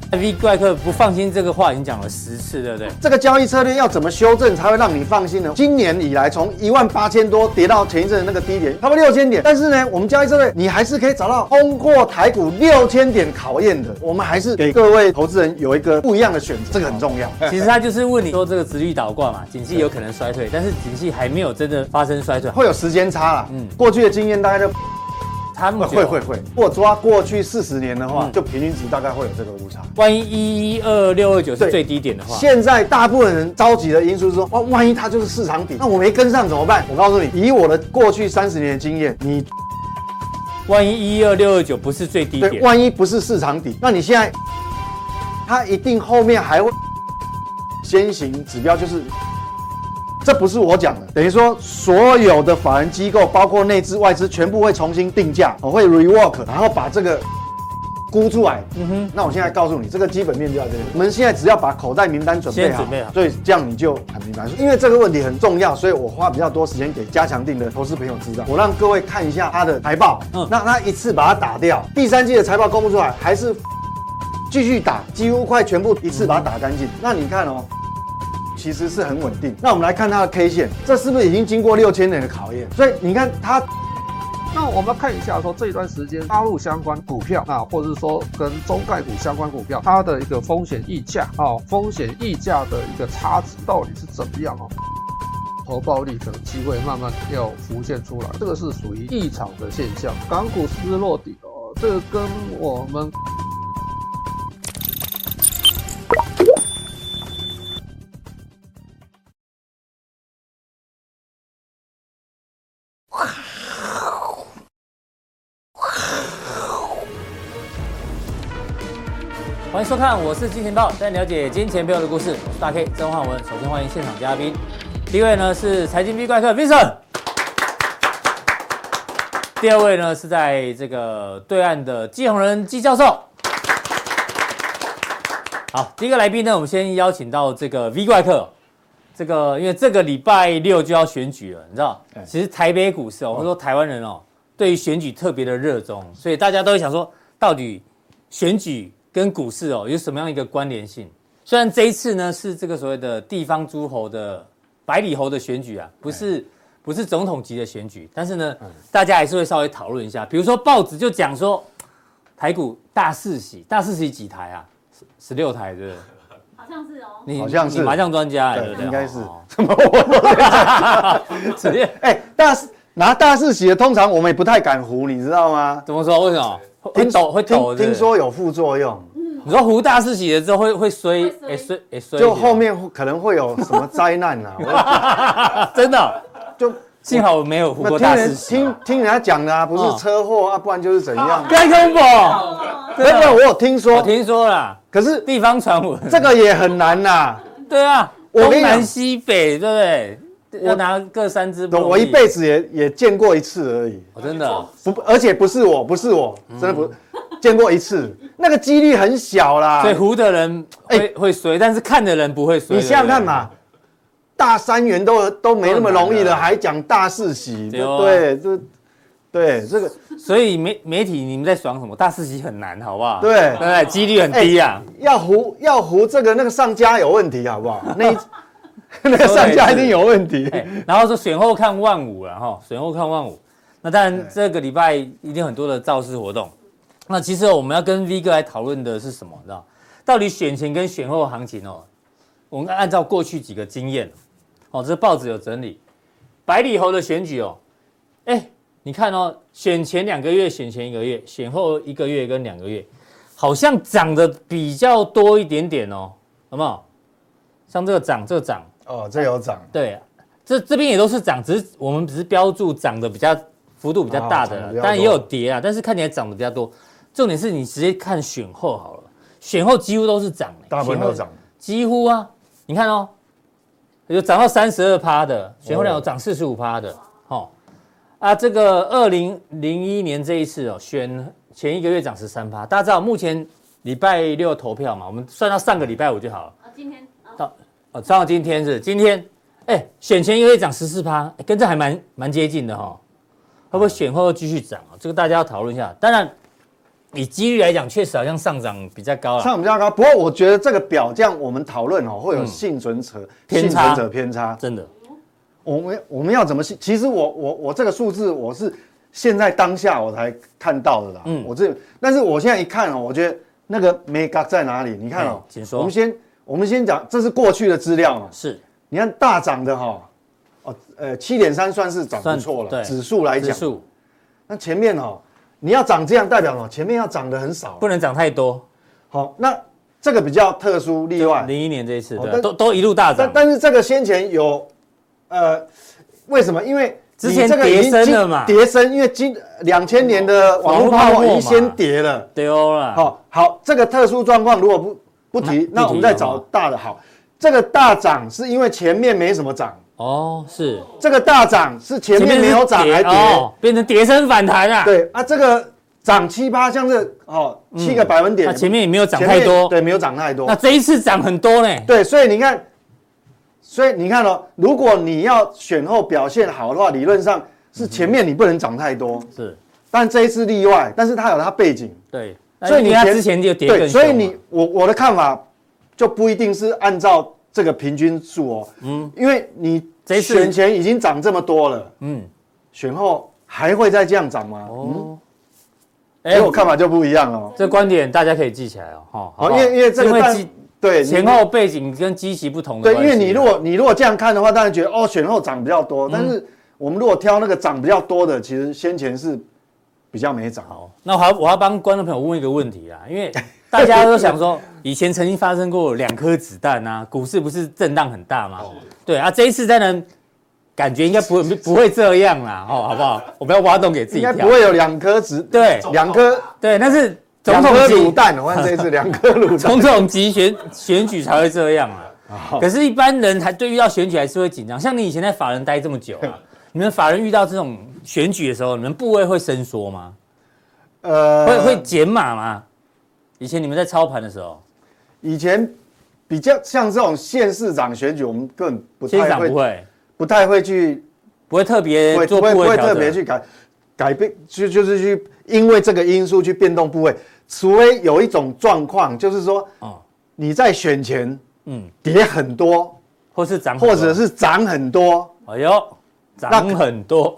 V 怪客不放心这个话已经讲了10次，对不对？ 这个交易策略要怎么修正才会让你放心呢？今年以来从18000多跌到前一阵的那个低点，差不多6000点，但是呢，我们交易策略你还是可以找到通过台股6000点考验的。我们还是给各位投资人有一个不一样的选择，这个很重要。 其实他就是问你说这个殖利率倒挂嘛，景气有可能衰退，但是景气还没有真的发生衰退， 会有时间差啦。过去的经验大概就。 差那么久会，如果抓过去40年的话，就平均值大概会有这个误差。 万一11629是最低点的话， 现在大部分人着急的因素是说，万一它就是市场底，那我没跟上怎么办？我告诉你，以我的过去30年的经验，你万一12629不是最低点， 对，万一不是市场底，那你现在它一定后面还会先行指标就是。这不是我讲的，等于说所有的法人机构，包括内资、外资，全部会重新定价，会 rework， 然后把这个估出来。那我现在告诉你，这个基本面就在这里。我们现在只要把口袋名单准备好，所以这样你就很明白。因为这个问题很重要，所以我花比较多时间给加强定的投资朋友知道。我让各位看一下他的财报，那他一次把它打掉。第3季的财报公布出来，还是继续打，几乎快全部一次把它打干净。那你看哦。其实是很稳定。那我们来看它的 K 线，这是不是已经经过6000年的考验？所以你看它。 那我们要看一下说这一段时间大陆相关股票或者是说跟中概股相关股票，它的一个风险溢价风险溢价的一个差值到底是怎么样投报率可能机会慢慢要浮现出来，这个是属于异常的现象。港股是不是落底这个跟我们。 欢迎收看，我是金钱豹，带你了解金钱背后的故事。我是大 K 曾焕文。首先欢迎现场嘉宾，第一位呢是财经 V 怪客 Vincent， 第2位呢是在这个对岸的季宏仁季教授。好，第一个来宾呢，我们先邀请到这个 V 怪客。这个因为这个礼拜6就要选举了，你知道，其实台北股市或者说台湾人对于选举特别的热衷，所以大家都会想说，到底选举跟股市有什么样一个关联性？虽然这一次呢是这个所谓的地方诸侯的百里侯的选举啊，不是总统级的选举，但是呢，大家还是会稍微讨论一下。比如说报纸就讲说，台股大四喜几台啊？16台，对不对？ 好像是哦。 好像是你麻将专家，对不对？ 应该是。怎么我直接拿大四喜的，通常我们也不太敢胡，你知道吗？ 怎么说？为什么？会抖， 听说有副作用。 你说胡大四喜了之后会衰， 就后面可能会有什么灾难啊？ 真的，就幸好我没有胡过大四喜。 听人家讲的不是车祸不然就是怎样？ 该恐怖。 没有，我有听说。 我听说了， 可是地方传闻， 这个也很难呐。 对啊，东南西北，对不对？我拿各3支， 我一辈子也见过一次而已。 真的而且不是我，真的不见过一次，那个几率很小啦。 所以胡的人会衰，但是看的人不会衰。 你想想看嘛，大3元都没那么容易了，还讲大四喜，对，这个。 所以媒体你们在爽什么？大四喜很难，好不好？ 对， 几率很低啊。 要胡这个那个上家有问题，好不好？那个上家一定有问题。 然后说选后看万五了哈，选后看万五。那当然这个礼拜一定很多的造势活动。那其实我们要跟 V 哥来讨论的是什么？你知道，到底选前跟选后行情我们按照过去几个经验这报纸有整理，百里侯的选举你看选前2个月、选前1个月、选后1个月跟2个月，好像涨得比较多一点点有没有？像这个涨这有涨， 对，这边也都是涨，我们只是标注涨的比较幅度比较大的，当然也有跌啊，但是看起来涨的比较多。重点是你直接看选后好了，选后几乎都是涨， 大部分都涨， 几乎啊，你看有涨到32%的，选后有涨45%的，这个2001年这一次选前1个月涨13%，大家知道目前礼拜6投票嘛，我们算到上个礼拜5就好了。 今天算到今天是今天，选前1个月涨14%，跟这还蛮接近的会不会选后继续涨这个大家要讨论一下。当然， 以几率来讲，确实好像上涨比较高了。 上涨比较高，不过我觉得这个表这样我们讨论会有幸存者偏差， 真的。 我们要怎么？其实我这个数字我是现在当下我才看到的啦。但是我现在一看我觉得那个 mega 在哪里？你看请说。 我们先讲，这是过去的资料嘛。 是。 你看大涨的7.3算是涨不错了，指数来讲。那前面你要涨这样代表什么？前面要涨得很少， 不能涨太多。 好，那这个比较特殊例外。 01年这一次，对，都一路大涨。 但是这个先前有，为什么？因为之前跌升了嘛， 跌升，因为2000年的网络泡沫已经先跌了， 丢了。 好，这个特殊状况如果不提，那我们再找大的。好，这个大涨是因为前面没什么涨。 是这个大涨是前面没有涨还跌， 变成跌升反弹啊。 对啊，这个涨7%，像是7个百分点， 那前面也没有涨太多， 对，没有涨太多。 那这一次涨很多呢。 对，所以你看如果你要选后表现好的话，理论上是前面你不能涨太多， 是， 但这一次例外，但是它有它背景， 对，所以你之前就跌更凶， 对，所以我的看法就不一定是按照这个平均数因为你选前已经涨这么多了，选后还会再这样涨吗？我看法就不一样了。 这观点大家可以记起来因为这个对前后背景跟基期不同的对，因为你如果这样看的话，当然觉得选后涨比较多，但是我们如果挑那个涨比较多的，其实先前是比较没涨。 好，那我要帮观众朋友问一个问题啦，因为大家都想说，以前曾经发生过2颗子弹啊，股市不是震荡很大吗？对啊，这一次当然感觉应该不会这样啦，好不好？我不要挖洞给自己跳。 应该不会有2颗2颗对，但是总统级卤蛋，我看这一次2颗卤蛋， 总统级选举才会这样啊。可是，一般人对遇到选举还是会紧张。像你以前在法人待这么久啊，你们法人遇到这种选举的时候，你们部位会伸缩吗？会减码吗？以前你们在操盘的时候， 以前比较像这种县市长选举，我们根本不太会去， 不会特别做部位调整， 不会特别去改变，就是去因为这个因素去变动部位，除非有一种状况，就是说，你在选前，跌很多， 或者是涨很多， 哎呦，涨很多，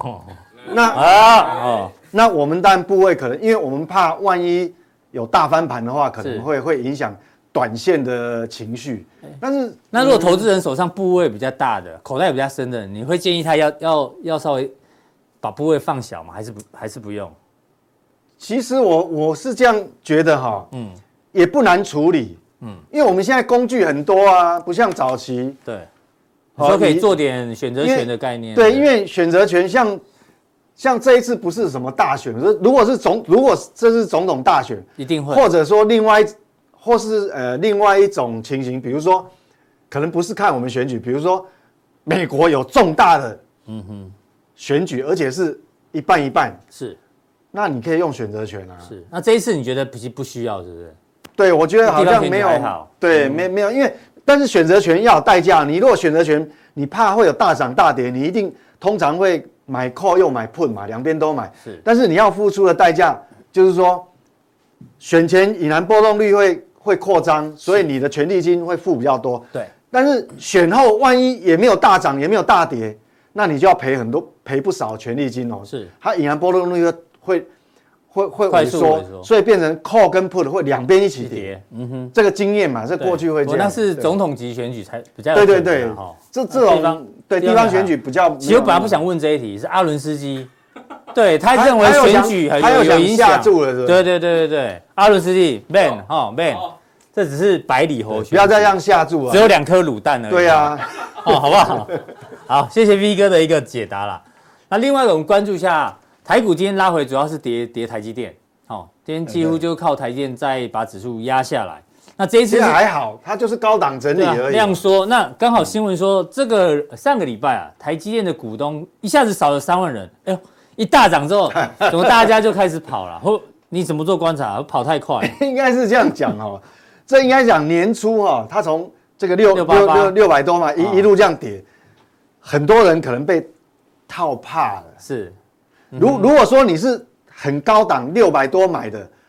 那我们当然部位可能，因为我们怕万一有大翻盘的话，可能会影响短线的情绪。但是， 那如果投资人手上部位比较大的，口袋比较深的，你会建议他要稍微把部位放小吗？还是不用？ 其实我是这样觉得也不难处理，因为我们现在工具很多啊，不像早期。 对，你说可以做点选择权的概念。 对，因为选择权像这一次不是什么大选，如果这是总统大选， 一定会， 或者说另外一种情形，比如说可能不是看我们选举，比如说美国有重大的选举，而且是一半一半， 是， 那你可以用选择权啊。 是，那这一次你觉得不需要，是不是？ 对，我觉得好像没有，对，没有，因为但是选择权要有代价，你如果选择权你怕会有大涨大跌，你一定通常会买 call 又买 put 嘛，两边都买。是，但是你要付出的代价就是说，选前以南波动率会扩张，所以你的权利金会付比较多。对，但是选后万一也没有大涨，也没有大跌，那你就要赔不少权利金哦。是，它以南波动率会萎缩，所以变成 call 跟 put 会两边一起跌。这个经验嘛，这过去会这样。 那是总统级选举才比较对，这种地方选举比较。 其实我本来不想问这一题，是阿伦斯基，对他认为选举有影响。对，阿伦斯基 man man， 这只是百里侯选举， 不要再让下注了， 只有2颗卤蛋而已。 对啊， 好不好？好，谢谢 V 哥的一个解答啦。那另外一个我们关注一下。台股今天拉回，主要是跌台积电，今天几乎就靠台积电再把指数压下来。那这一次还好，它就是高档整理而已。 量缩，那刚好新闻说，这个上个礼拜啊，台积电的股东一下子少了3万人，哎呦，一大涨之后，怎么大家就开始跑了？或你怎么做观察？跑太快？ 应该是这样讲这应该讲年初它从这个600多嘛，一路这样跌，很多人可能被套怕了。 是。 如果说你是很高档600多买的，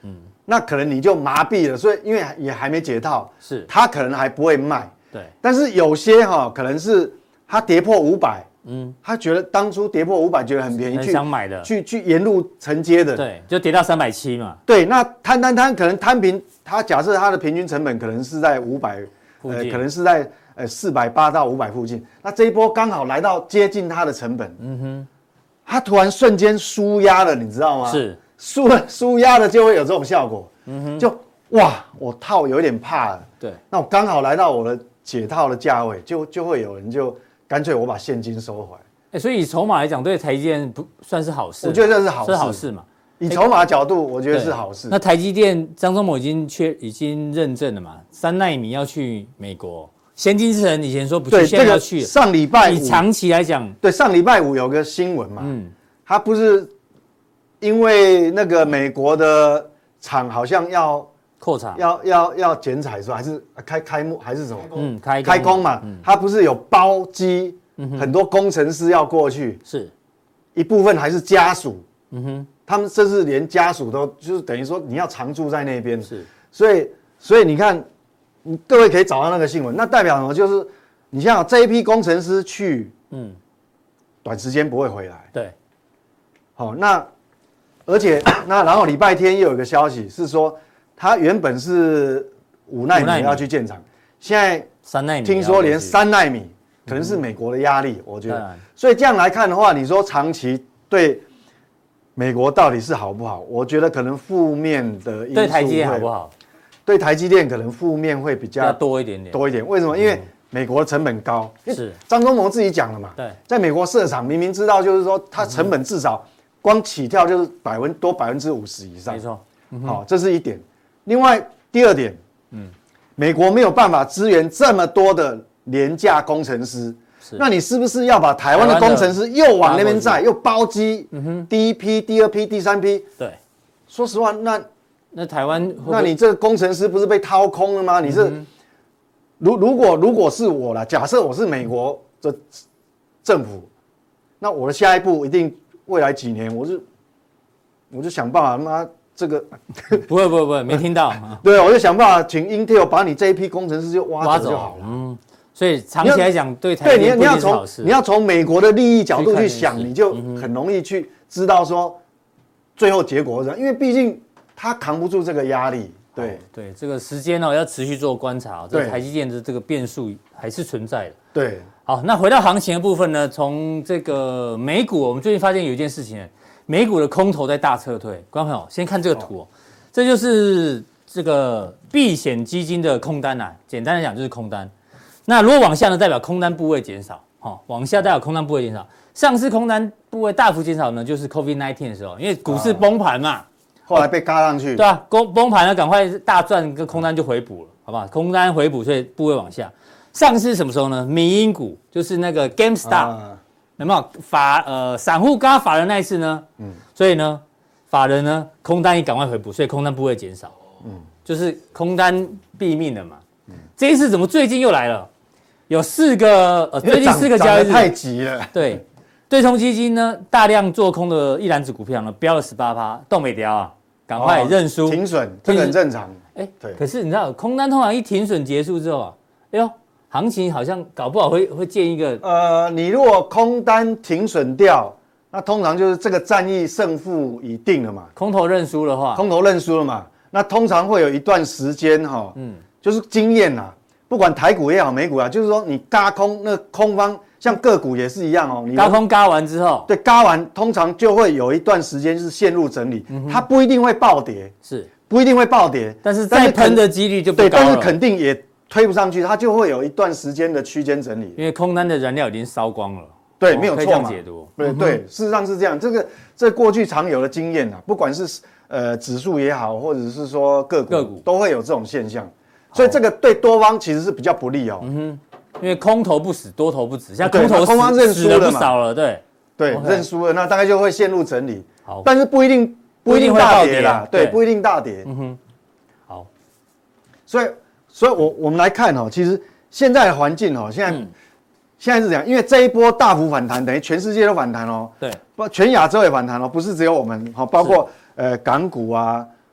那可能你就麻痹了，所以因为也还没解套， 是它可能还不会卖。 对， 但是有些可能是它跌破500，他觉得当初跌破500觉得很便宜， 很想买的， 去沿路承接的， 对，就跌到370嘛。 对，那摊可能摊平，他假设他的平均成本可能是在500，可能是在480到500附近，那这一波刚好来到接近他的成本，他突然瞬间舒压了，你知道吗？ 是舒压了就会有这种效果，就哇，我套有点怕了， 对， 那我刚好来到我的解套的价位，就会有人就干脆我把现金收回来。 所以以筹码来讲，对台积电不算是好事。 我觉得这是好事， 是好事嘛。 以筹码角度，我觉得是好事。 那台积电张忠谋已经认证了嘛，3奈米要去美国。先进制程以前说不去，现在要去。 上礼拜五， 以长期来讲， 对，上礼拜五有个新闻嘛，他不是因为那个美国的厂好像要扩厂， 要减产是吧？还是开幕还是什么？ 开工嘛，他不是有包机，很多工程师要过去， 是一部分还是家属，他们甚至连家属都就是等于说你要常住在那边， 是， 所以你看，各位可以找到那个新闻，那代表什么？就是你像这一批工程师去，短时间不会回来， 对， 好，那而且然后礼拜天又有一个消息是说，他原本是5奈米要去建厂，现在 3奈米， 听说连3奈米，可能是美国的压力，我觉得，所以这样来看的话，你说长期对美国到底是好不好？我觉得可能负面的因素对台积电好不好？ 对台积电可能负面会比较多一点。 为什么？因为美国的成本高。 是张忠谋自己讲了嘛？ 对， 在美国设厂，明明知道就是说它成本至少光起跳就是多50%以上。 没错。 好，这是一点。另外第二点，美国没有办法支援这么多的廉价工程师。那你是不是要把台湾的工程师又往那边载，又包机？第一批、第二批、第三批。 对， 说实话， 那台湾， 那你这个工程师不是被掏空了吗？你是，如果是我啦，假设我是美国的政府，那我的下一步一定未来几年，我就想办法，妈这个不会，没听到。 对，我就想办法请 Intel 把你这一批工程师就挖走就好了。 所以长期来讲，对台积电不一定是好事。 你要从美国的利益角度去想，你就很容易去知道说最后结果是什么，因为毕竟他扛不住这个压力。对， 这个时间要持续做观察。这台积电的这个变数还是存在的。 对， 好，那回到行情的部分呢，从这个美股，我们最近发现有一件事情，美股的空头在大撤退。观众朋友，先看这个图，这就是这个避险基金的空单啊，简单来讲就是空单。那如果往下呢，代表空单部位减少，往下代表空单部位减少。上次空单部位大幅减少呢，就是 COVID-19 的时候，因为股市崩盘嘛， 后来被嘎上去， 对啊，崩盘了，赶快大赚，跟空单就回补了，好不好？空单回补，所以部位往下。上次是什么时候呢？民营股就是那个 GameStop，有没有散户跟法人那一次呢？所以呢，法人呢空单也赶快回补，所以空单部位减少，就是空单毙命了嘛。这一次怎么最近又来了？有4个最近4个交易日太急了。 对，对冲基金呢大量做空的一篮子股票呢飙了18%，动没掉啊，赶快认输停损，这个很正常。 对。可是你知道空单通常一停损结束之后啊，哎呦，行情好像搞不好会见一个你如果空单停损掉，那通常就是这个战役胜负已定了嘛。 空头认输的话， 空头认输了嘛，那通常会有一段时间就是经验啦。不管台股也好，美股啊，就是说你嘎空，那空方像个股也是一样哦。你嘎空嘎完之后， 对，嘎完通常就会有一段时间是陷入整理，它不一定会暴跌，不一定会暴跌， 但是再喷的几率就不高了。 对，但是肯定也推不上去，它就会有一段时间的区间整理。 因为空单的燃料已经烧光了。 对，没有错嘛。 解读。 对，事实上是这样。这过去常有的经验啊，不管是指数也好，或者是说个股都会有这种现象。所以这个对多方其实是比较不利哦。 因为空头不死，多头不止，现在空方认输了不少了，对， 认输了，那大概就会陷入整理。好，但是不一定大跌啦，对，不一定大跌。 好， 所以我们来看其实现在的环境现在是这样，因为这一波大幅反弹，等于全世界都反弹哦。 对， 全亚洲也反弹哦，不是只有我们包括港股啊。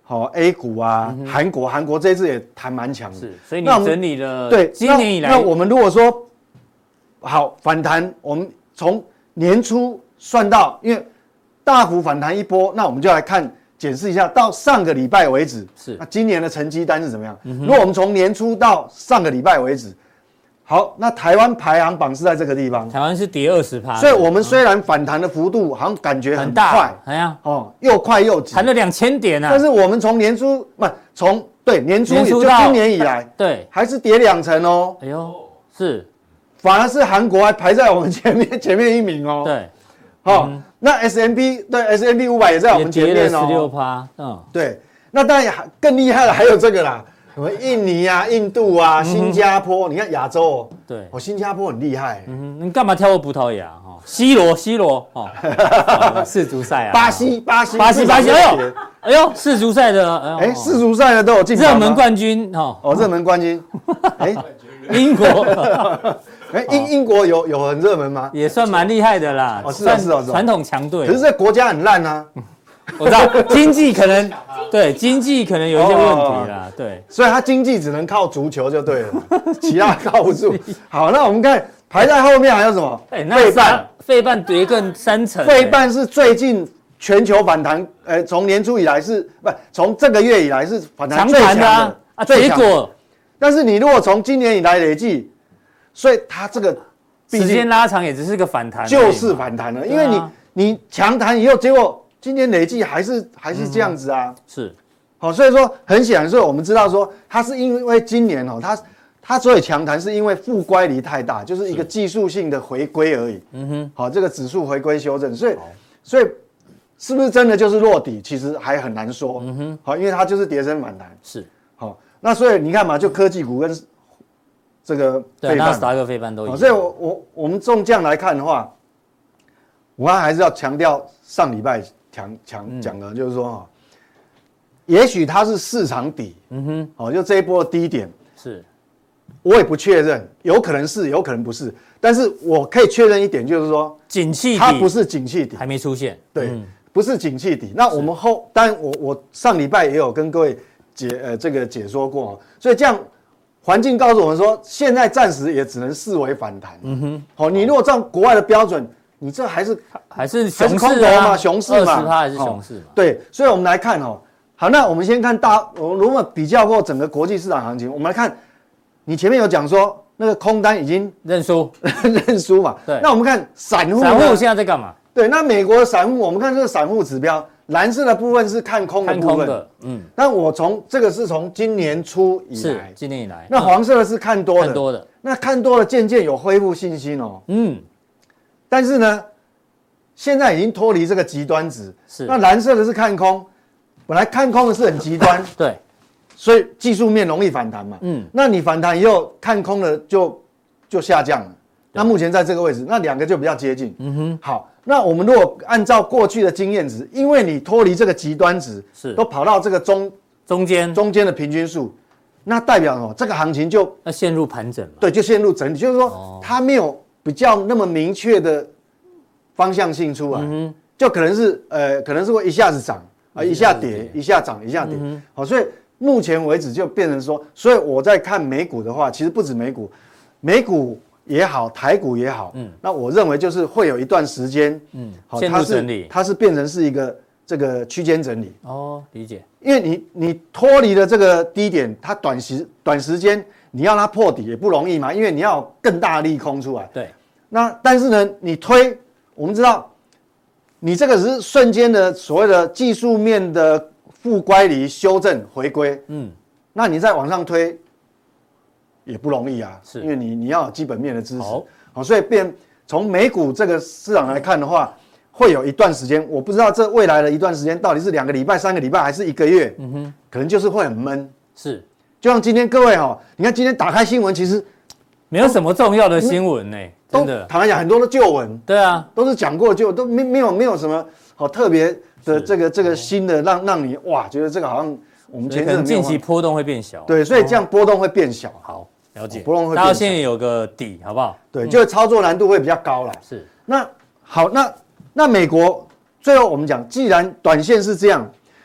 好 A 股啊，韩国这一次也还蛮强的。 是，所以你整理了对今年以来， 那我们如果说好反弹，我们从年初算到，因为大幅反弹一波，那我们就来看检视一下到上个礼拜为止， 是那今年的成绩单是怎么样？如果我们从年初到上个礼拜为止，好，那台湾排行榜是在这个地方， 台湾是跌20%， 所以我们虽然反弹的幅度好像感觉很大， 快， 哎呀， 哦，又快又急， 弹了2000点啊， 但是我们从年初从年初也就今年以来， 对， 还是跌2成哦。 哎呦，是， 反而是韩国还排在我们前面一名哦。 对， 那 S&P 500也在我们前面哦， 跌了16%， 对，那当然更厉害的还有这个啦，什么印尼啊、印度啊、新加坡，你看亚洲哦， 对， 新加坡很厉害， 你干嘛跳过葡萄牙？C 罗世足赛啊， 巴西， 哎呦，世足赛的， 世足赛的都有进场， 热门冠军热门冠军， 英国， 英国有很热门吗？ 也算蛮厉害的啦， 是传统强队， 可是这国家很烂啊。 我知道经济可能有一些问题啦，对， 所以他经济只能靠足球就对了，其他靠不住。好，那我们看排在后面还有什么？ 费半跌更3成， 费半是最近全球反弹，从年初以来从这个月以来是反弹最强的啊，结果， 但是你如果从今年以来累计，所以它这个时间拉长也只是个反弹， 就是反弹了，因为你强弹以后，结果今年累计还是这样子啊， 是， 好，所以说很显然，所以我们知道说它是因为今年它所以强弹是因为负乖离太大，就是一个技术性的回归而已。好，这个指数回归修正，所以是不是真的就是落底，其实还很难说。好，因为它就是跌升反弹。 是， 好，那所以你看嘛，就科技股跟这个纳斯达克费半都一样。 所以我们纵向来看的话，我还是要强调上礼拜讲的，就是说也许它是市场底，就这一波的低点是。 我也不确认，有可能是，有可能不是，但是我可以确认一点，就是说， 景气底它不是景气底， 还没出现， 对，不是景气底。那我们当然我上礼拜也有跟各位解说过，所以这样环境告诉我们说，现在暂时也只能视为反弹。好，你如果照国外的标准，你这还是熊市嘛，熊市嘛， 20%还是熊市嘛？ 对，所以我们来看好，那我们先看我如果比较过整个国际市场行情，我们来看。你前面有讲说那个空单已经认输嘛？ 对。 那我们看散户现在在干嘛？ 对，那美国的散户，我们看这个散户指标，蓝色的部分是看空的部分。但我这个是从今年初以来， 是今年以来。 那黄色的是看多的。 看多的。 那看多了渐渐有恢复信心哦。但是呢，现在已经脱离这个极端值。 是。 那蓝色的是看空，本来看空的是很极端。 对。 所以技术面容易反弹嘛，那你反弹以后看空了就下降了，那目前在这个位置，那两个就比较接近。好，那我们如果按照过去的经验值，因为你脱离这个极端值，都跑到这个中间的平均数，那代表这个行情就陷入盘整嘛。 对，就陷入整理，就是说它没有比较那么明确的方向性出来，就可能是会一下子涨一下跌，一下涨一下跌。好，所以。目前为止就变成说，所以我在看美股的话，其实不止美股也好，台股也好，那我认为就是会有一段时间， 陷入整理， 它是变成是一个这个区间整理。 哦，理解。 因为你脱离了这个低点，它短时间你要它破底也不容易嘛，因为你要有更大的利空出来。 对。 那但是呢，我们知道，你这个是瞬间的所谓的技术面的。负乖离修正回归，那你再往上推也不容易啊，因为你要有基本面的支持，好，所以从美股这个市场来看的话，会有一段时间，我不知道这未来的一段时间到底是2个礼拜、3个礼拜还是1个月，可能就是会很闷， 是， 就像今天各位你看今天打开新闻，其实没有什么重要的新闻呢，真的， 坦白讲很多都旧闻， 对啊， 都是讲过都没有什么好特别。的这个新的让你哇觉得这个好像我们前阵近期波动会变小， 对，所以这样波动会变小。 好，了解， 波动会变小。 大家现在有个底，好不好？ 对，就是操作难度会比较高啦。 是。 那好，那美国最后我们讲，既然短线是这样，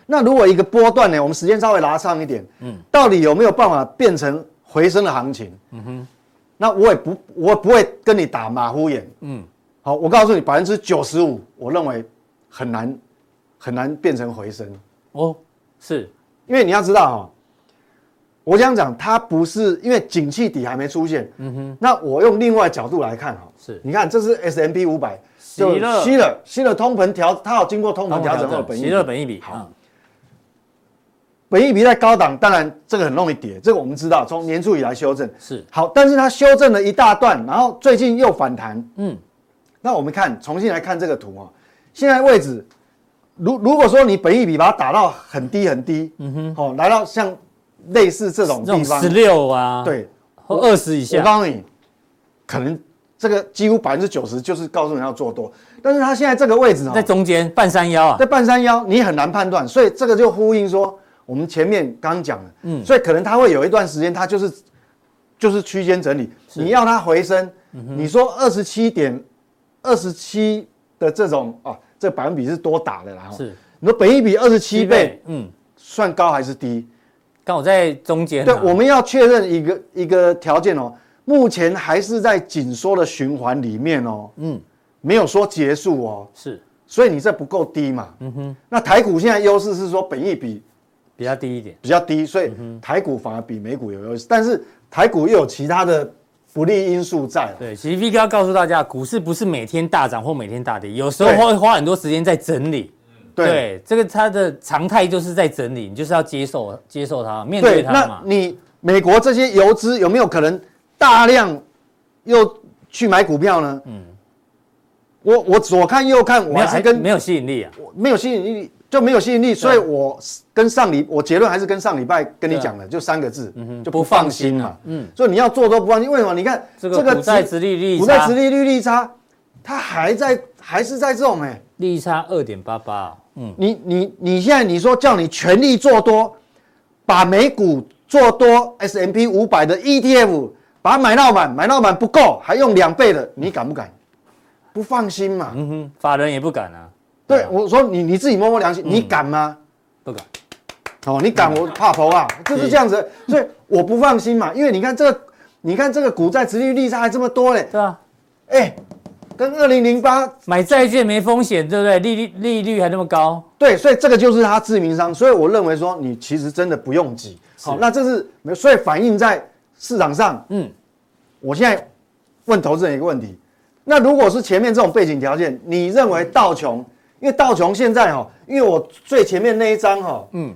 那如果一个波段呢，我们时间稍微拉长一点，到底有没有办法变成回升的行情？那我不会跟你打马虎眼，好，我告诉你95%，我认为很难变成回升。 哦，是因为你要知道哈，我想讲它不是因为景气底还没出现，那我用另外角度来看哈， 是， 你看这是 S&P 500，吸了通膨调，它有经过通膨调整后的本益比， 息了本益比， 好，本益比在高档，当然这个很容易跌，这个我们知道，从年初以来修正是好，但是它修正了一大段，然后最近又反弹，那我们重新来看这个图啊，现在位置，如果说你本益比把它打到很低很低，来到像类似这种地方 16啊， 对， 或20以下， 我告诉你，可能这个几乎90%就是告诉你要做多，但是它现在这个位置在中间半山腰啊， 在半山腰，你很难判断，所以这个就呼应说我们前面刚讲的，所以可能它会有一段时间它就是区间整理，你要它回升，你说27的这种这百分比是多打的啦，是，你说本益比27倍，算高还是低？ 刚好在中间。 对，我们要确认一个条件哦，目前还是在紧缩的循环里面哦，没有说结束哦， 是， 所以你这不够低嘛，那台股现在优势是说本益比比较低一点， 比较低，所以台股反而比美股有优势，但是台股又有其他的不利因素在。 对，其实 V 哥要告诉大家，股市不是每天大涨或每天大跌，有时候会花很多时间在整理。对，这个它的常态就是在整理，你就是要接受它，面对它嘛。 那你美国这些游资有没有可能大量又去买股票呢？我左看右看，我还是跟没有吸引力啊， 没有吸引力就没有吸引力，所以我结论还是跟上礼拜跟你讲的，就3个字，就不放心嘛。所以你要做都不放心，为什么？你看这个股债殖利率差，它还是在这种利差2.88。 你现在你说叫你全力做多，把美股做多 S&P 500的 ETF， 把它买到满不够，还用2倍的，你敢不敢？不放心嘛。 法人也不敢啊。 对，我说你自己摸摸良心，你敢吗？ 不敢。 你敢我怕头啊，就是这样子，所以我不放心嘛，因为你看这个股债殖利率差还这么多嘞。 对啊。 跟2008 买债券没风险，对不对？利率还那么高， 对，所以这个就是它致命伤。所以我认为说，你其实真的不用急。好，那这是所以反映在市场上。我现在问投资人一个问题：那如果是前面这种背景条件，你认为道琼，因为道琼现在因为我最前面那一张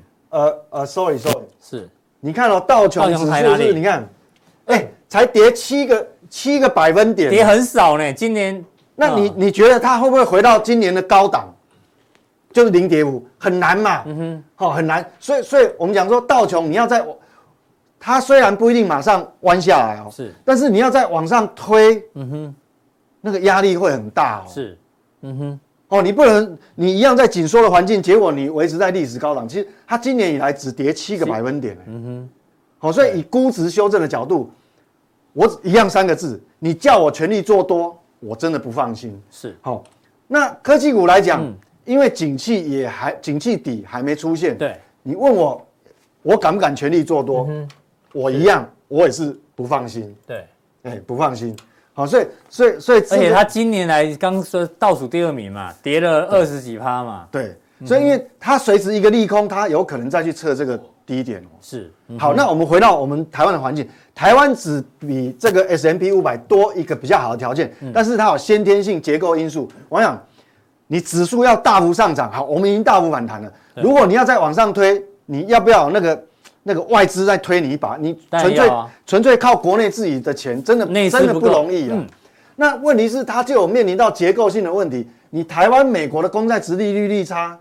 sorry， 是， 你看道琼指数是，你看，才跌7个百分点， 跌很少呢。今年， 那你觉得它会不会回到今年的高档？就是0.5，很难嘛。很难。所以我们讲说道琼，你要它虽然不一定马上弯下来是， 但是你要再往上推，那个压力会很大是， 你不能你一样在紧缩的环境，结果你维持在历史高档，其实它今年以来只跌7个百分点。所以以估值修正的角度。我一样3个字，你叫我全力做多，我真的不放心。 是， 那科技股来讲，因为景气底还没出现， 对， 你问我敢不敢全力做多？我一样，我也是不放心。 对， 不放心。所以， 而且它今年来刚说倒数第2名嘛，跌了20几%嘛。 对，所以因为它随时一个利空，它有可能再去测这个低点。 是， 好，那我们回到我们台湾的环境，台湾只比这个 S&P 500多一个比较好的条件，但是它有先天性结构因素。我想，你指数要大幅上涨，好，我们已经大幅反弹了。如果你要再往上推，你要不要那个外资再推你一把？你纯粹靠国内自己的钱，真的不容易啊。那问题是，它就有面临到结构性的问题。你台湾、美国的公债殖利率差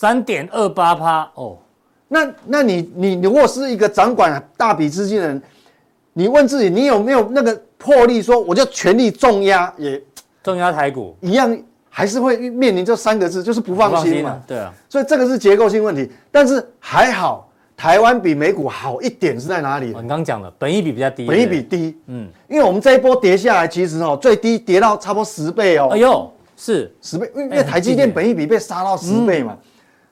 3.28%哦。 那你如果是一个掌管大笔资金的人，你问自己，你有没有那个魄力说，我就全力重压台股一样，还是会面临这3个字，就是不放心嘛。 对啊， 所以这个是结构性问题，但是还好，台湾比美股好一点是在哪里？ 你刚刚讲了，本益比比较低， 本益比低，因为我们这一波跌下来，其实最低跌到差不多10倍哦。 哎呦，是 10倍，因为台积电本益比被杀到10倍嘛。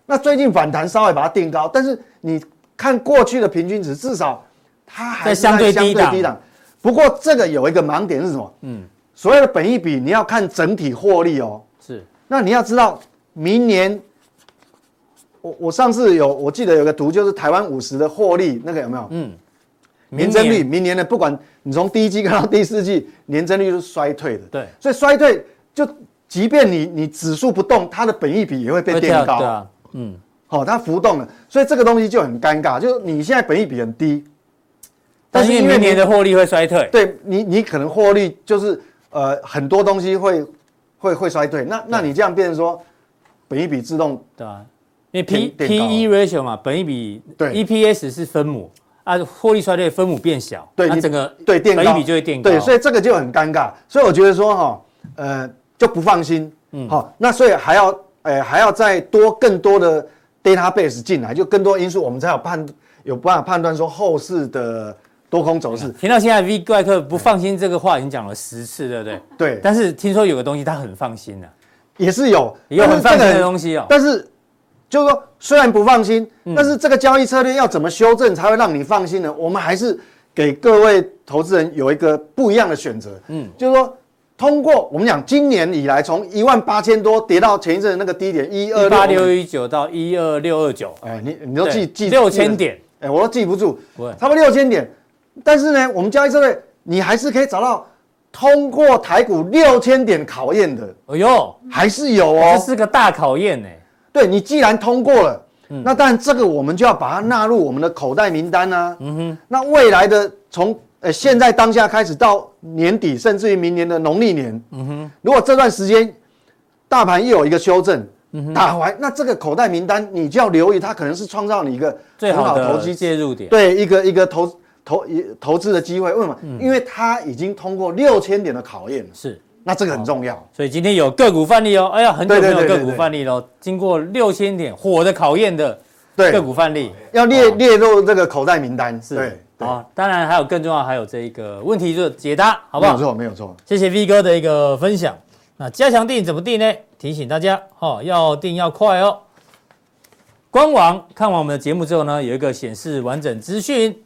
那最近反弹稍微把它垫高，但是你看过去的平均值，至少它还是在相对低档。不过这个有一个盲点是什么？所谓的本益比你要看整体获利哦。 是。 那你要知道，明年我上次我记得有个图，就是台湾50的获利那个有没有？年增率，明年的不管你从第一季看到第四季，年增率是衰退的。 对。 所以衰退就即便你指数不动，它的本益比也会被垫高。 对啊。 它浮动了，所以这个东西就很尴尬，就是你现在本益比很低， 但是因为明年的获利会衰退。 对你可能获利就是很多东西会衰退，那你这样变成说，本益比自动对啊，因为 P/E ratio 嘛，本益比对 EPS 是分母啊，获利衰退分母变小， 对， 那整个对垫高本益比就会垫高， 对，所以这个就很尴尬，所以我觉得说就不放心，那所以还要再更多的 database 进来，就更多因素，我们才有办法判断说后市的多空走势。 听到现在 V 怪客不放心这个话已经讲了10次，对不对？ 对。 但是听说有个东西他很放心的， 也是有很放心的东西哦。 但是就是说，虽然不放心，但是这个交易策略要怎么修正才会让你放心呢？我们还是给各位投资人有一个不一样的选择。就是说，通过我们讲今年以来，从18000多跌到前一阵的那个低点 18619到12629， 你都记 6000点， 我都记不住，差不多6000点。但是呢，我们交易策略你还是可以找到通过台股6000点考验的。哎呦，还是有哦， 这是个大考验呢。 对，你既然通过了，那当然这个我们就要把它纳入我们的口袋名单啊。那未来的从现在当下开始到年底，甚至于明年的农历年，如果这段时间大盘又有一一个修正，打完，那这个口袋名单你就要留意，它可能是创造你一个最好的投机介入点， 对，一个投资的机会。为什么？因为它已经通过6000点的考验了。 是。 那这个很重要， 所以今天有个股范例哦。哎呀，很久没有个股范例了，经过6000点火的考验的个股范例， 要列入这个口袋名单。是，对。 当然还有更重要，还有这一个问题就解答，好不好？ 没有错，没有错。 谢谢 V 哥的一个分享。那加强定怎么定呢？提醒大家要定要快哦。官网看完我们的节目之后呢，有一个显示完整资讯，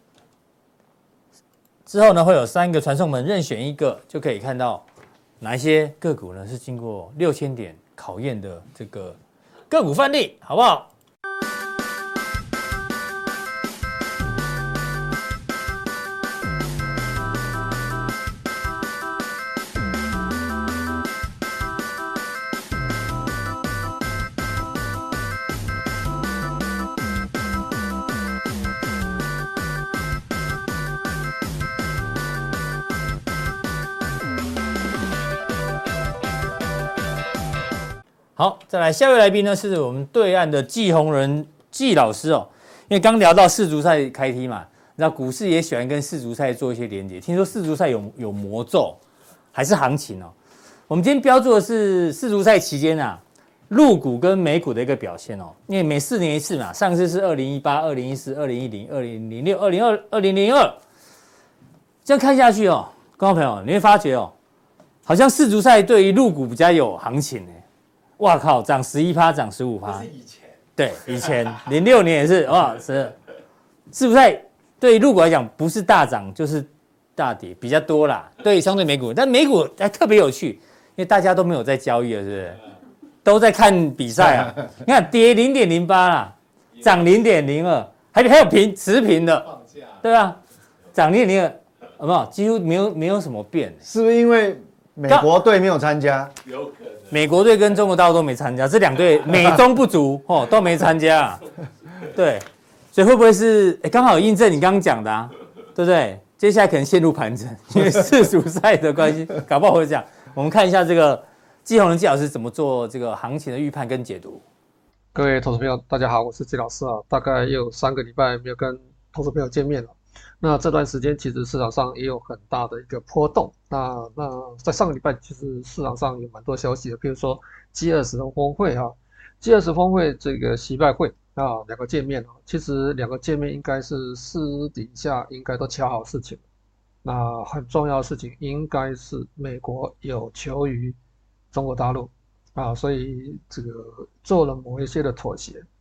之后呢会有3个传送门，任选一个就可以看到。哪一些个股呢？是经过6000点考验的这个个股范例，好不好？好，再来下一位来宾呢，是我们对岸的季宏仁季老师哦。因为刚聊到世足赛开踢嘛，你知道股市也喜欢跟世足赛做一些连结。听说世足赛有魔咒，还是行情哦？我们今天标注的是世足赛期间啊，陆股跟美股的一个表现哦。因为每4年一次嘛，上次是2018、2014、2010、2006、2002。这样看下去哦，观众朋友你会发觉哦，好像世足赛对于陆股比较有行情呢。哇靠，涨11%，涨15%。 这是以前。 对，以前06年也是哇，是不是对于陆股来讲不是大涨就是大跌比较多啦？对，相对美股，但美股还特别有趣，因为大家都没有在交易了，是不是？都在看比赛啊。你看跌0.08啦，涨0.02，还有持平的，对吧？涨0.02，有没有？几乎没有什么变。 是不是因为美国队没有参加？ 有可能。 美国队跟中国大陆都没参加，这2队美中不足都没参加，对，所以会不会是刚好印证你刚刚讲的啊，对不对？接下来可能陷入盘整，因为世足赛的关系，搞不好会这样。我们看一下这个季宏仁季老师怎么做这个行情的预判跟解读。 各位投资朋友，大家好，我是季老师啊，大概也有3个礼拜没有跟投资朋友见面了。那这段时间其实市场上也有很大的一个波动。那在上个礼拜，其实市场上有蛮多消息的，比如说 G20 的峰会，G20 峰会这个习拜会2个见面其实2个见面应该是私底下应该都敲好事情。那很重要的事情应该是美国有求于中国大陆所以这个做了某一些的妥协。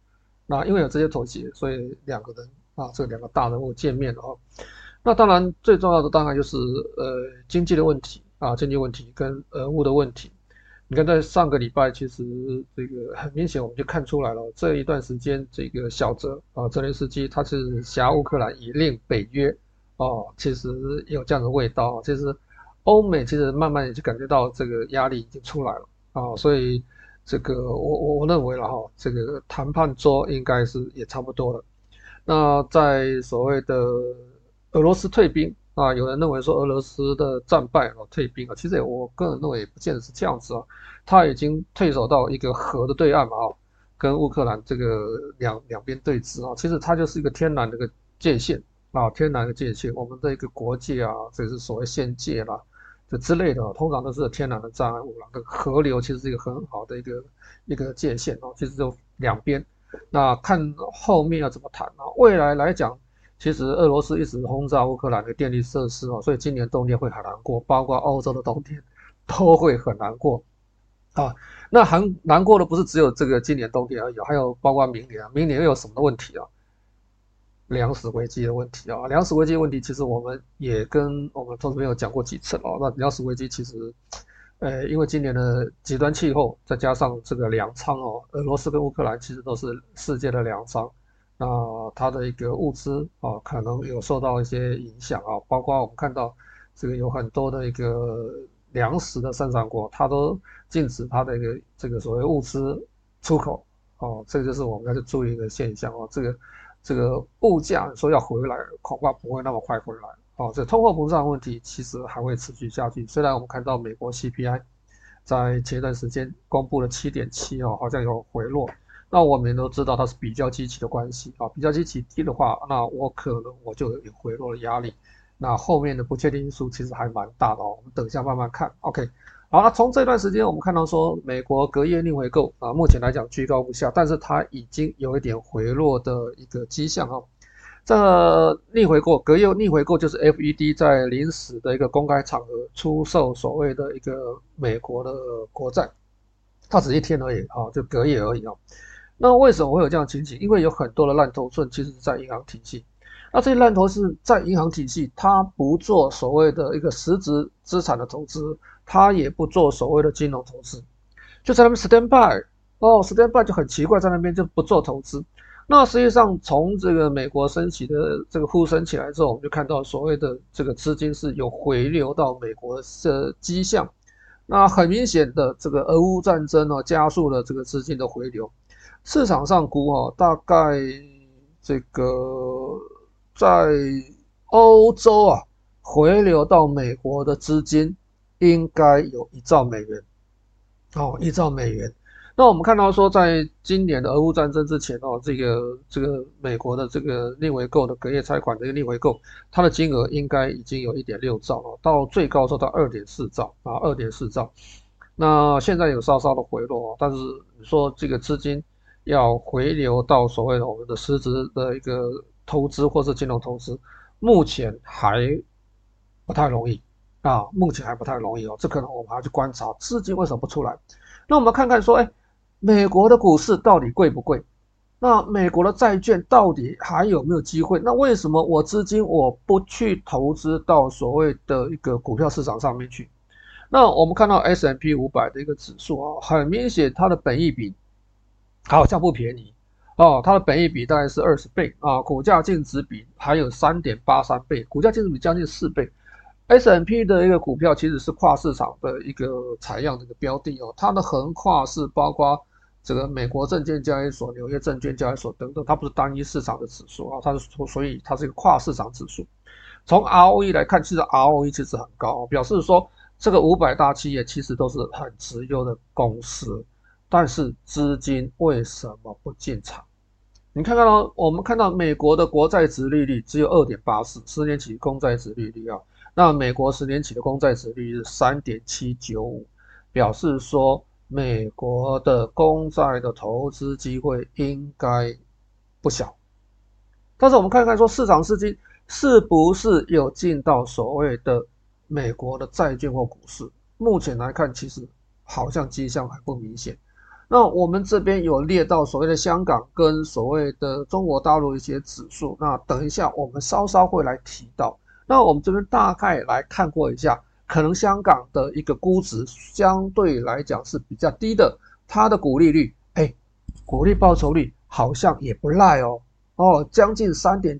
那因为有这些妥协，所以两个人这两个大人物见面了那当然最重要的当然就是经济的问题经济问题跟俄乌的问题。你看在上个礼拜，其实这个很明显我们就看出来了，这一段时间这个小泽泽连斯基他是挟乌克兰以令北约其实有这样的味道其实欧美其实慢慢也就感觉到这个压力已经出来了所以这个我认为了这个谈判桌应该是也差不多了。那在所谓的俄罗斯退兵有人认为说俄罗斯的战败退兵其实我个人认为也不见得是这样子他已经退守到一个河的对岸嘛跟乌克兰这个两边对峙其实它就是一个天然的一个界限天然的界限，我们的一个国界这是所谓县界啦这之类的通常都是天然的障碍物啦。这个河流其实是一个很好的一个界限其实就两边。那看后面要怎么谈未来来讲，其实俄罗斯一直轰炸乌克兰的电力设施所以今年冬天会很难过，包括欧洲的冬天都会很难过那很难过的不是只有这个今年冬天而已还有包括明年又有什么问题粮食危机的问题粮食危机的问题其实我们也跟我们投资朋友讲过几次那粮食危机其实因为今年的极端气候再加上这个粮仓俄罗斯跟乌克兰其实都是世界的粮仓，那它的一个物资可能有受到一些影响包括我们看到这个有很多的一个粮食的生产国它都禁止它的一个这个所谓物资出口这个就是我们要去注意一个现象这个物价说要回来恐怕不会那么快回来这通货膨胀问题其实还会持续下去。虽然我们看到美国 CPI 在前一段时间公布了 7.7 好像有回落，那我们都知道它是比较基期的关系比较基期低的话，那可能我就有回落的压力，那后面的不确定因素其实还蛮大的我们等一下慢慢看 OK。好，那从这段时间我们看到说美国隔夜逆回购目前来讲居高不下，但是它已经有一点回落的一个迹象这逆回购隔夜逆回购就是 FED 在临时的一个公开场合出售所谓的一个美国的国债，它只一天而已就隔夜而已那为什么会有这样的情形？因为有很多的烂头寸其实是在银行体系，那这些烂头是在银行体系，它不做所谓的一个实质资产的投资，它也不做所谓的金融投资，就在那边 stand by stand by 就很奇怪，在那边就不做投资。那实际上从这个美国升息的这个呼声起来之后，我们就看到所谓的这个资金是有回流到美国的迹象。那很明显的这个俄乌战争加速了这个资金的回流，市场上估大概这个在欧洲回流到美国的资金应该有1兆美元1兆美元。那我们看到说在今年的俄乌战争之前这个美国的这个逆回购的隔夜拆款的一个逆回购，它的金额应该已经有 1.6 兆到最高时候到 2.4 兆2.4兆。那现在有稍稍的回落但是你说这个资金要回流到所谓的我们的实质的一个投资或是金融投资，目前还不太容易目前还不太容易这可能我们还要去观察资金为什么不出来。那我们看看说美国的股市到底贵不贵？那美国的债券到底还有没有机会？那为什么我资金我不去投资到所谓的一个股票市场上面去？那我们看到 S&P 500的一个指数很明显它的本益比好像不便宜它的本益比大概是20倍股价净值比还有 3.83 倍，股价净值比将近4倍。S&P 的一个股票其实是跨市场的一个采样的一个标的它的横跨是包括这个美国证券交易所、纽约证券交易所等等，它不是单一市场的指数所以它是一个跨市场指数。从 ROE 来看，其实 ROE 其实很高表示说这个500大企业其实都是很直优的公司，但是资金为什么不进场？你看到我们看到美国的国债殖利率只有 2.84 10年期公债殖利率那美国10年期的公债殖利率是 3.795， 表示说美国的公债的投资机会应该不小。但是我们看看说市场资金是不是有进到所谓的美国的债券或股市，目前来看其实好像迹象还不明显。 那我们这边有列到所谓的香港跟所谓的中国大陆一些指数，那等一下我们稍稍会来提到。那我们这边大概来看过一下，可能香港的一个估值相对来讲是比较低的，它的股利率，股利报酬率好像也不赖哦，将近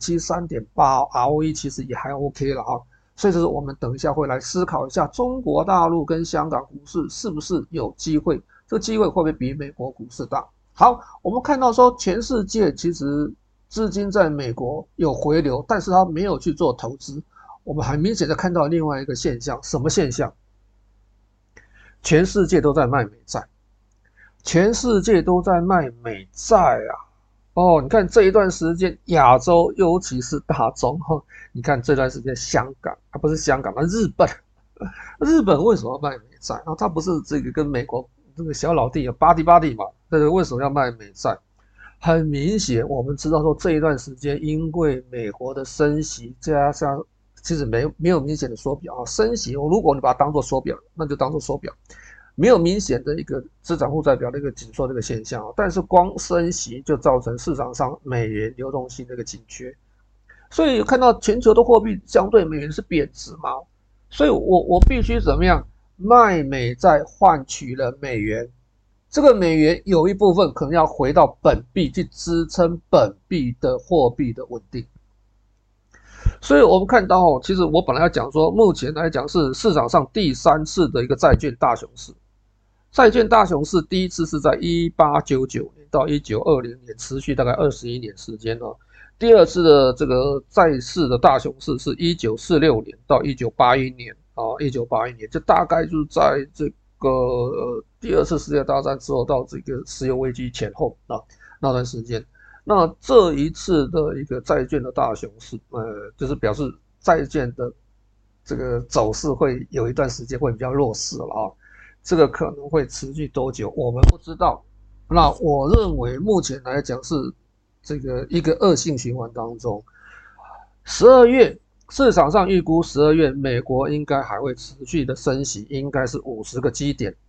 3.7、3.8，ROE 其实也还 OK 了啊。所以这是我们等一下会来思考一下，中国大陆跟香港股市是不是有机会，这个机会会不会比美国股市大？好，我们看到说全世界其实资金在美国有回流，但是它没有去做投资。我们很明显的看到另外一个现象，什么现象？全世界都在卖美债，全世界都在卖美债啊！你看这一段时间，亚洲尤其是大中，你看这段时间香港不是香港，日本为什么要卖美债？它不是这个跟美国这个小老弟有巴蒂嘛？为什么要卖美债？很明显，我们知道说这一段时间，因为美国的升息加上其实没有明显的缩表升息，如果你把它当作缩表，那就当作缩表。没有明显的一个资产负债表的一个紧缩这个现象，但是光升息就造成市场上美元流动性的一个紧缺，所以看到全球的货币相对美元是贬值嘛，所以我必须怎么样卖美债换取了美元，这个美元有一部分可能要回到本币去支撑本币的货币的稳定。所以我们看到其实我本来要讲说，目前来讲是市场上第3次的一个债券大熊市。债券大熊市第一次是在1899年到1920年，持续大概21年时间第二次的这个债市的大熊市是1946年到1981年1981年，就大概就是在这个第二次世界大战之后到这个石油危机前后那段时间。那这一次的一个债券的大熊市，就是表示债券的这个走势会有一段时间会比较弱势了这个可能会持续多久，我们不知道。那我认为目前来讲是这个一个恶性循环当中。12月市场上预估12月美国应该还会持续的升息，应该是50个基点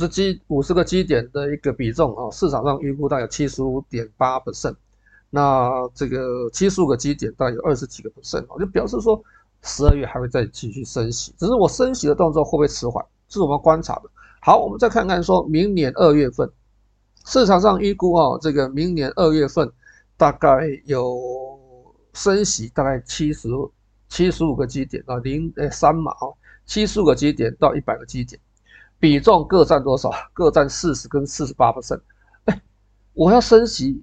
50个基点的一个比重市场上预估大概有 75.8%， 那这个75个基点大概有20几个%，就表示说12月还会再继续升息，只是我升息的动作会不会迟缓，这是我们观察的。好，我们再看看说明年2月份市场上预估这个明年2月份大概有升息大概75个基点3码75个基点到100个基点，比重各占多少？各占40跟48%。我要升息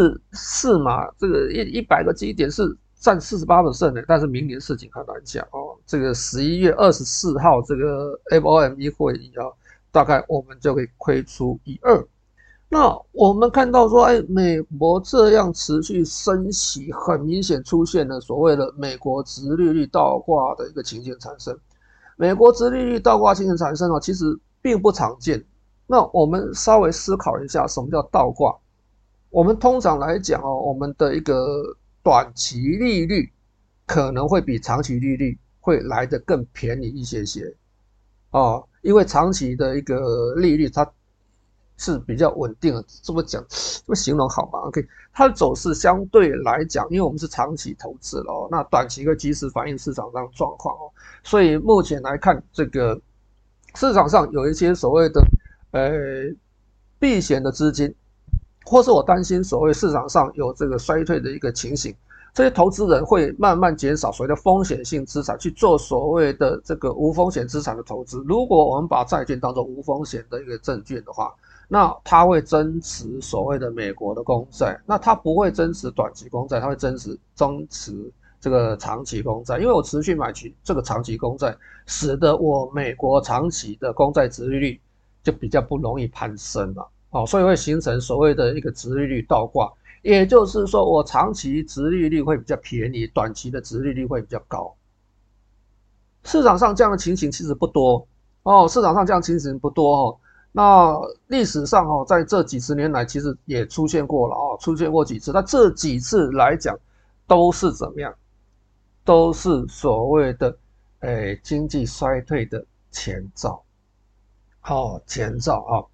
4码，这个100个基点是占48%但是明年事情很难讲这个11月24号这个 FOMC 会议大概我们就可以窥出一二。那我们看到说，美国这样持续升息，很明显出现了所谓的美国殖利率倒挂的一个情形产生。美国殖利率倒挂情形产生其实并不常见。那我们稍微思考一下，什么叫倒挂？我们通常来讲我们的一个短期利率可能会比长期利率会来得更便宜一些因为长期的一个利率它是比较稳定的，这么讲，这么形容好吗 ？OK， 它的走势相对来讲，因为我们是长期投资了那短期会及时反映市场上状况所以目前来看，这个市场上有一些所谓的避险的资金，或是我担心所谓市场上有这个衰退的一个情形，这些投资人会慢慢减少所谓的风险性资产，去做所谓的这个无风险资产的投资。如果我们把债券当作无风险的一个证券的话，那它会增持所谓的美国的公债，那它不会增持短期公债，它会增持这个长期公债。因为我持续买这个长期公债，使得我美国长期的公债殖利率就比较不容易攀升了所以会形成所谓的一个殖利率倒挂。也就是说，我长期殖利率会比较便宜，短期的殖利率会比较高。市场上这样的情形其实不多市场上这样的情形不多那历史上在这几十年来其实也出现过了出现过几次。那这几次来讲都是怎么样？都是所谓的经济衰退的前兆前兆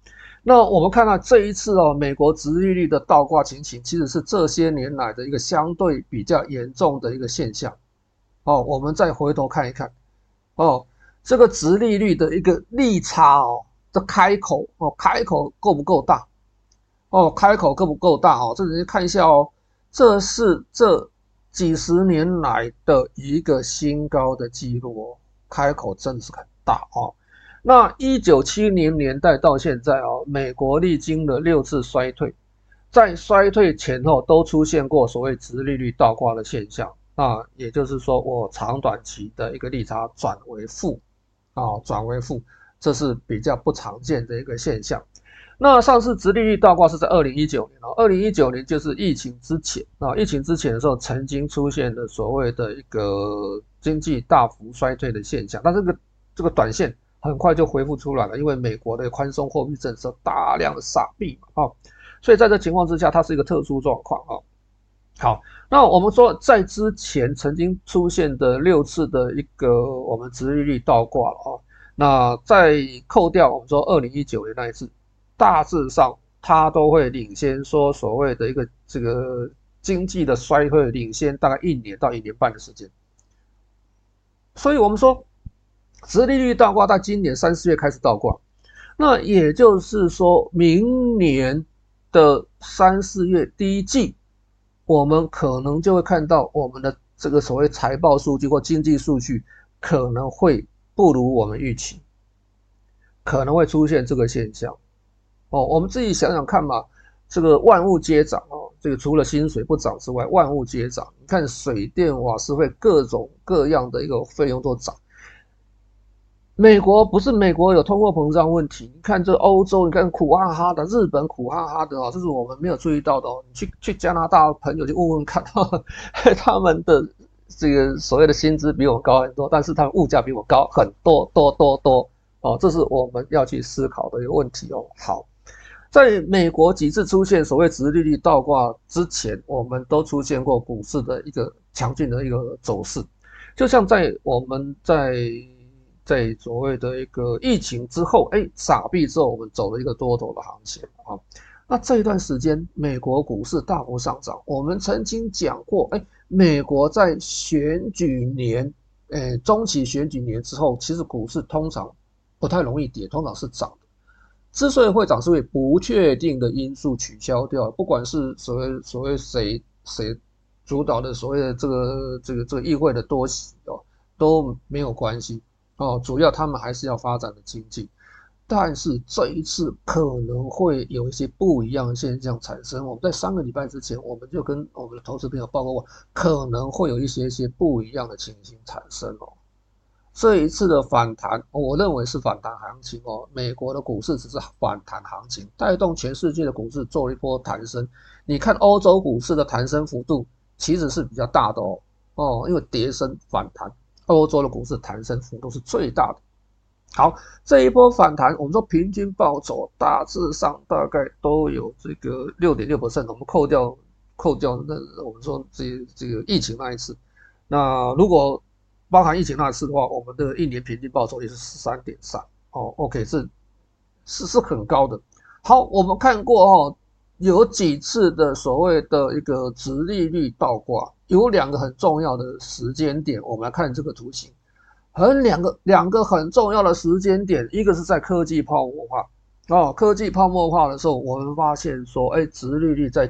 那我们看到这一次美国殖利率的倒挂情形，其实是这些年来的一个相对比较严重的一个现象。我们再回头看一看，这个殖利率的一个利差的开口够不够大？开口够不够大？这你看一下这是这几十年来的一个新高的记录开口真的是很大那1970年代到现在美国历经了6次衰退，在衰退前后都出现过所谓殖利率倒挂的现象。那也就是说，我长短期的一个利差转为负，这是比较不常见的一个现象。那上次殖利率倒挂是在2019年，2019年就是疫情之前疫情之前的时候，曾经出现了所谓的一个经济大幅衰退的现象，但这个短线很快就恢复出来了，因为美国的宽松货币政策大量的撒币所以在这情况之下，它是一个特殊状况好，那我们说在之前曾经出现的6次的一个我们殖利率倒挂了那再扣掉我们说2019年那一次，大致上它都会领先说所谓的一个这个经济的衰退领先大概1年到1年半的时间。所以我们说殖利率倒挂到今年3、4月开始倒挂，那也就是说明年的3、4月第一季，我们可能就会看到我们的这个所谓财报数据或经济数据可能会不如我们预期，可能会出现这个现象我们自己想想看嘛，这个万物皆涨这个除了薪水不涨之外，万物皆涨。你看水电瓦斯费各种各样的一个费用都涨。美国不是美国有通货膨胀问题，你看这欧洲，你看苦哈哈的，日本苦哈哈的这是我们没有注意到的你去加拿大朋友去问问看他们的这个所谓的薪资比我们高很多，但是他们物价比我们高很多这是我们要去思考的一个问题好，在美国几次出现所谓殖利率倒挂之前，我们都出现过股市的一个强劲的一个走势，就像我们在所谓的一个疫情之后撒币之后，我们走了一个多头的行情那这一段时间美国股市大幅上涨，我们曾经讲过美国在选举年中期选举年之后，其实股市通常不太容易跌，通常是涨的。之所以会涨，是因为不确定的因素取消掉，不管是所谓谁主导的所谓的这个议会的多席都没有关系主要他们还是要发展的经济。但是这一次可能会有一些不一样的现象产生。我们在3个礼拜之前，我们就跟我们的投资朋友报告过，可能会有一些不一样的情形产生这一次的反弹，我认为是反弹行情美国的股市只是反弹行情，带动全世界的股市做一波弹升。你看欧洲股市的弹升幅度其实是比较大的因为跌升反弹，欧洲的股市弹升幅度是最大的。好，这一波反弹，我们说平均报酬大致上大概都有这个 6.6%， 我们扣掉那我们说这个疫情那一次，那如果包含疫情那次的话，我们的1年平均报酬也是 13.3 OK 是很高的。好，我们看过有几次的所谓的一个殖利率倒挂，有2个很重要的时间点，我们来看这个图形。两个很重要的时间点，一个是在科技泡沫化科技泡沫化的时候，我们发现说殖利率在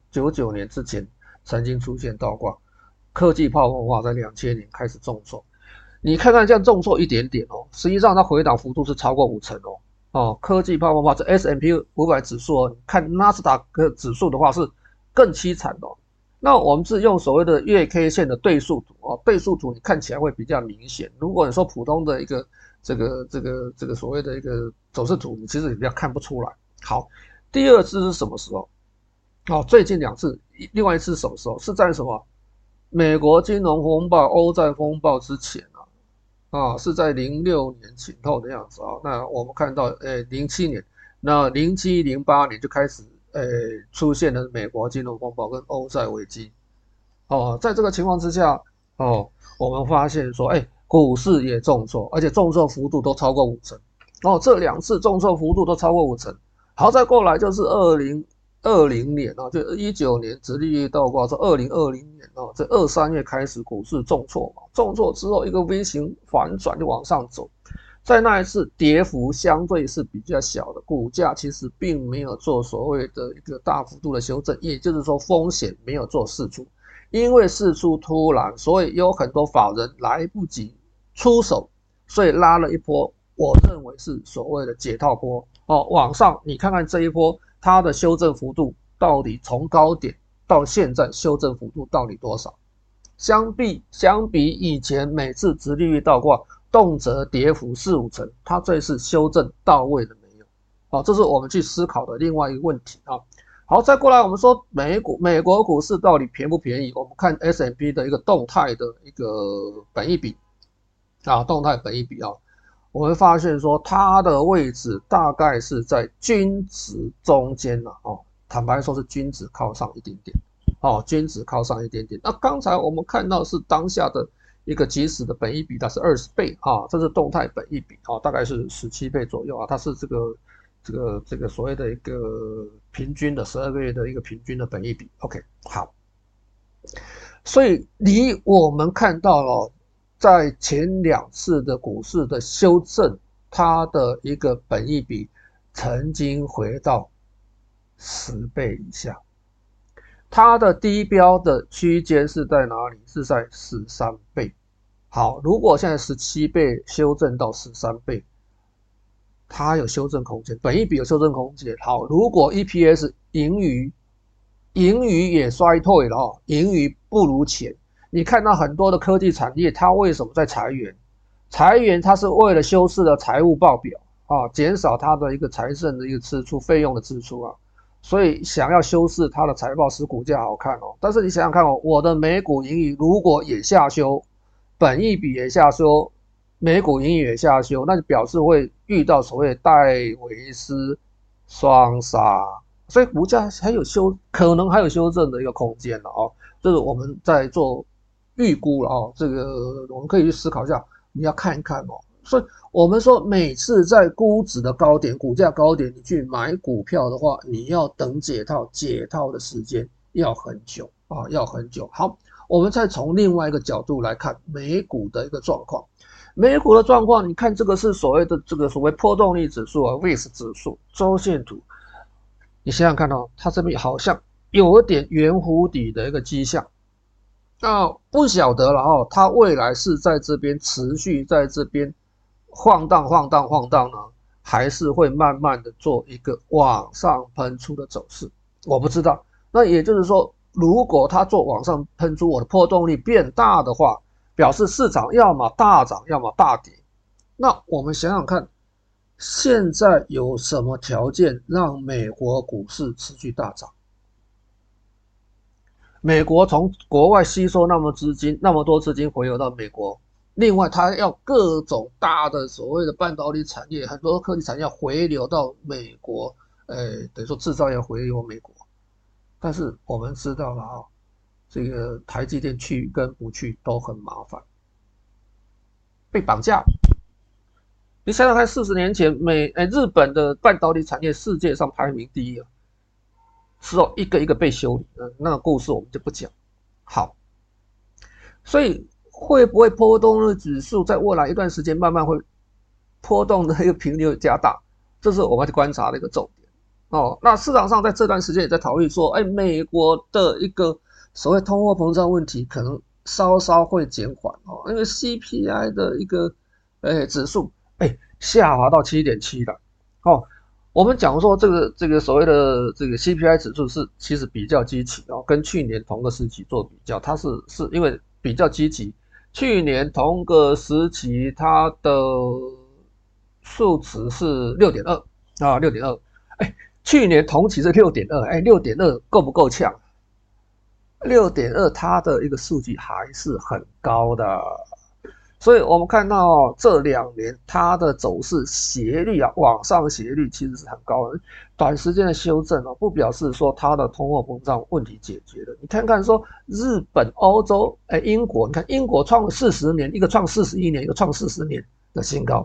99年之前曾经出现倒挂，科技泡沫化在2000年开始重挫。你看看这样重挫一点点实际上它回档幅度是超过50%科技泡沫化，这 S&P 500指数看纳斯达克指数的话是更凄惨的那我们是用所谓的月 K 线的对数图对数图你看起来会比较明显。如果你说普通的一个这个所谓的一个走势图，你其实比较看不出来。好，第二次是什么时候最近2次，另外一次是什么时候？是在什么美国金融风暴、欧债风暴之前是在06年前后的样子那我们看到07年，那07、08年就开始出现了美国金融风暴跟欧债危机在这个情况之下我们发现说股市也重挫，而且重挫幅度都超过50%这2次重挫幅度都超过50%。 好，再过来就是2020年啊，就19年殖利率倒挂，是2020年啊，这2、3月开始股市重挫嘛，重挫之后一个 V 型反转就往上走，在那一次跌幅相对是比较小的，股价其实并没有做所谓的一个大幅度的修正，也就是说风险没有做释出，因为释出突然，所以有很多法人来不及出手，所以拉了一波，我认为是所谓的解套波哦，往上你看看这一波它的修正幅度到底从高点到现在修正幅度到底多少？相比以前每次殖利率倒挂动辄跌幅4、5成，它这次修正到位了没有？好，这是我们去思考的另外一个问题啊。好，再过来我们说美国股市到底便不便宜？我们看 S&P 的一个动态的一个本益比啊，动态本益比啊，我会发现说它的位置大概是在均值中间了哦，坦白说是均值靠上一点点哦，均值靠上一点点。那刚才我们看到是当下的一个即时的本益比，它是20倍啊，这是动态本益比啊，大概是17倍左右啊，它是这个所谓的一个平均的12个月的一个平均的本益比。OK， 好，所以离我们看到了在前2次的股市的修正，它的一个本益比曾经回到10倍以下。它的低标的区间是在哪里？是在13倍。好，如果现在17倍修正到13倍，它有修正空间，本益比有修正空间。好，如果 EPS 盈余也衰退了哦，盈余不如前。你看到很多的科技产业，它为什么在裁员？裁员它是为了修饰了财务报表啊，减少它的一个财政的一个支出、费用的支出啊。所以想要修饰它的财报使股价好看哦，但是你想想看哦，我的每股盈余如果也下修，本益比也下修，每股盈余也下修，那就表示会遇到所谓的戴维斯双杀，所以股价可能还有修正的一个空间了哦，这个我们在做预估了哦，这个我们可以去思考一下，你要看一看哦。所以我们说每次在估值的高点、股价高点，你去买股票的话，你要等解套的时间要很久啊，要很久。好，我们再从另外一个角度来看美股的一个状况。美股的状况，你看这个是所谓的这个所谓波动率指数啊 ，VIX 指数周线图，你想想看哦，它这边好像有一点圆弧底的一个迹象。那不晓得了哦，它未来是在这边持续在这边晃荡呢，还是会慢慢的做一个往上喷出的走势，我不知道。那也就是说，如果它做往上喷出，我的波动率变大的话，表示市场要么大涨，要么大跌。那我们想想看，现在有什么条件让美国股市持续大涨？美国从国外吸收那么多资金回流到美国，另外它要各种大的所谓的半导体产业，很多科技产业要回流到美国，等于说制造业回流美国。但是我们知道了啊，这个台积电去跟不去都很麻烦，被绑架。你想想看，40年前日本的半导体产业世界上排名第一啊，之后一个一个被修理，那个故事我们就不讲。好，所以会不会波动的指数在未来一段时间慢慢会波动的一个频率加大，这是我们要去观察的一个重点哦。那市场上在这段时间也在讨论说，美国的一个所谓通货膨胀问题可能稍稍会减缓哦，因为 CPI 的一个指数下滑到 7.7 了哦。我们讲说这个所谓的这个 CPI 指数是其实比较积极哦，跟去年同个时期做比较，它是因为比较积极。去年同个时期它的数值是 6.2 啊 6.2， 去年同期是 6.2， 6.2 够不够呛？ 6.2 它的一个数据还是很高的。所以我们看到这2年它的走势斜率啊，往上斜率其实是很高的。短时间的修正哦，不表示说它的通货膨胀问题解决了。你看看说日本、欧洲、英国，你看英国创了40年，一个创41年，一个创40年的新高。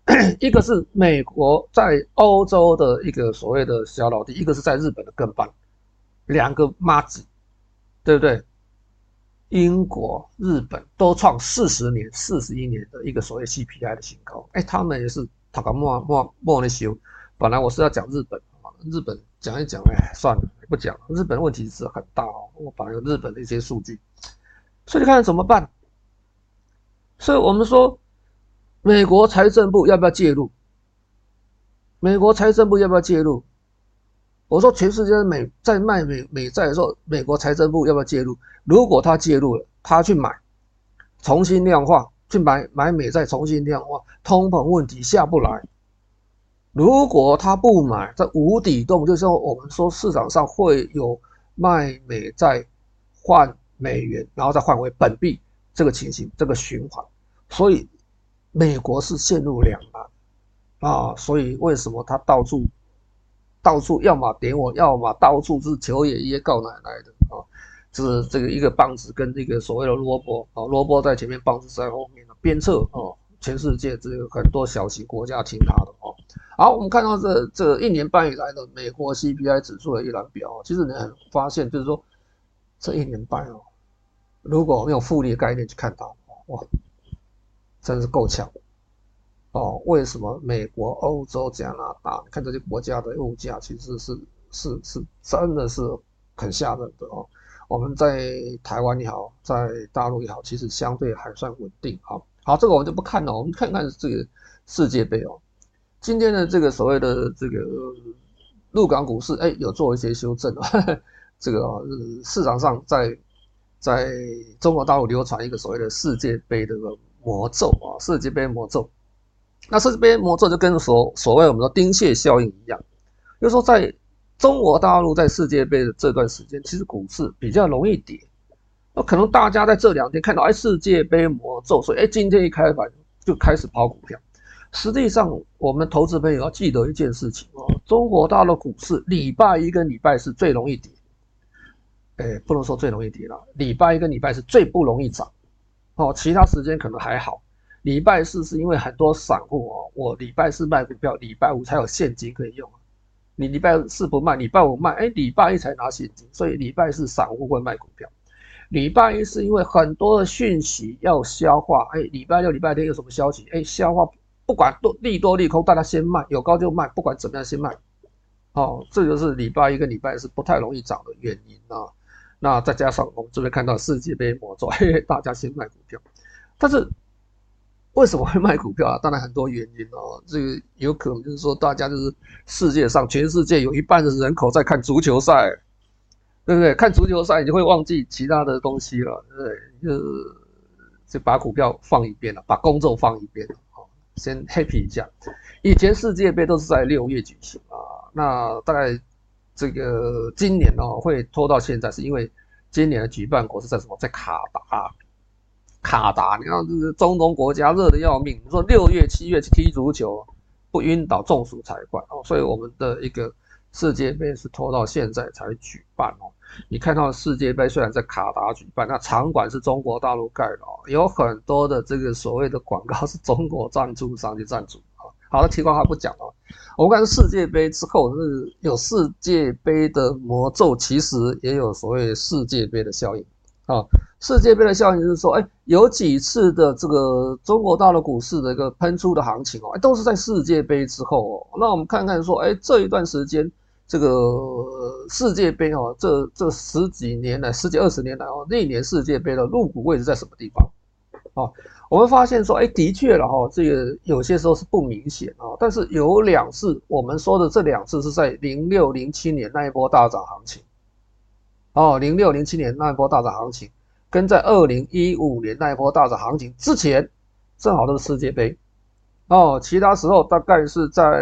一个是美国在欧洲的一个所谓的小老弟，一个是在日本的跟班，两个妈子，对不对？英国、日本都创40年、41年的一个所谓 CPI 的新高，他们也是他个莫那修。本来我是要讲日本，日本讲一讲，算了，不讲了。日本问题是很大哦，我本来有日本的一些数据，所以你看怎么办？所以我们说，美国财政部要不要介入？美国财政部要不要介入？我说全世界在卖美债的时候，美国财政部要不要介入？如果他介入了，他去买，重新量化，去买美债重新量化，通膨问题下不来。如果他不买，在无底洞，就是说我们说市场上会有卖美债换美元，然后再换回本币这个情形，这个循环。所以美国是陷入两难啊，所以为什么他到处要么点我，要么到处是求爷爷告奶奶的啊，是这个一个棒子跟这个所谓的萝卜啊，萝卜在前面，棒子在后面的鞭策哦，全世界这个很多小型国家听他的哦。好，我们看到这1年半以来的美国 CPI 指数的一览表，其实你很发现就是说这1年半哦，如果我们用复利的概念去看它，哇，真是够呛。哦，为什么美国、欧洲、加拿大，你看这些国家的物价其实是真的是很吓人的哦。我们在台湾也好，在大陆也好，其实相对还算稳定啊。好，这个我们就不看了，我们看看这个世界杯哦。今天的这个所谓的这个陆港股市，有做一些修正啊。这个市场上在中国大陆流传一个所谓的世界杯的魔咒啊，世界杯魔咒。那世界杯魔咒就跟所谓我们的丁蟹效应一样，就是说在中国大陆在世界杯的这段时间，其实股市比较容易跌。那可能大家在这2天看到世界杯魔咒，所以今天一开盘就开始跑股票。实际上，我们投资朋友要记得一件事情哦，中国大陆股市礼拜一跟礼拜四最容易跌。不能说最容易跌了，礼拜一跟礼拜四最不容易涨。哦，其他时间可能还好。礼拜四是因为很多散户哦，我礼拜四卖股票，礼拜五才有现金可以用。你礼拜四不卖，礼拜五卖，礼拜一才拿现金，所以礼拜四散户会卖股票。礼拜一是因为很多的讯息要消化，礼拜六、礼拜天有什么消息，消化不管利多利空，大家先卖，有高就卖，不管怎么样先卖。哦，这就是礼拜一跟礼拜四不太容易涨的原因啊。那再加上我们这边看到世界杯魔咒，大家先卖股票，但是为什么会卖股票啊？当然很多原因哦，这个有可能就是说大家就是全世界有一半的人口在看足球赛，对不对？看足球赛你就会忘记其他的东西了，对不对？就把股票放一边了，把工作放一边了，先 happy 一下。以前世界杯都是在6月举行啊，那大概这个今年会拖到现在，是因为今年的举办国是在什么？在卡达，你看这个中东国家热得要命，你说6月、7月去踢足球，不晕倒中暑才怪哦。所以我们的一个世界杯是拖到现在才举办哦。你看到世界杯虽然在卡达举办，那场馆是中国大陆盖的哦，有很多的这个所谓的广告是中国赞助商去赞助啊。好的，题外话不讲了。我们看世界杯之后是有世界杯的魔咒，其实也有所谓世界杯的效应啊。世界杯的效应就是说，有几次的这个中国大陆股市的一个喷出的行情哦，都是在世界杯之后哦。那我们看看说，这一段时间这个世界杯哦，这10几年来，10几20年来哦，那一年世界杯的入股位置在什么地方？哦，我们发现说，的确了哈，这个有些时候是不明显啊，但是有2次，我们说的这2次是在06、07年那一波大涨行情。哦，06、07年那一波大涨行情，跟在2015年那一波大涨行情之前，正好都是世界杯。哦，其他时候大概是在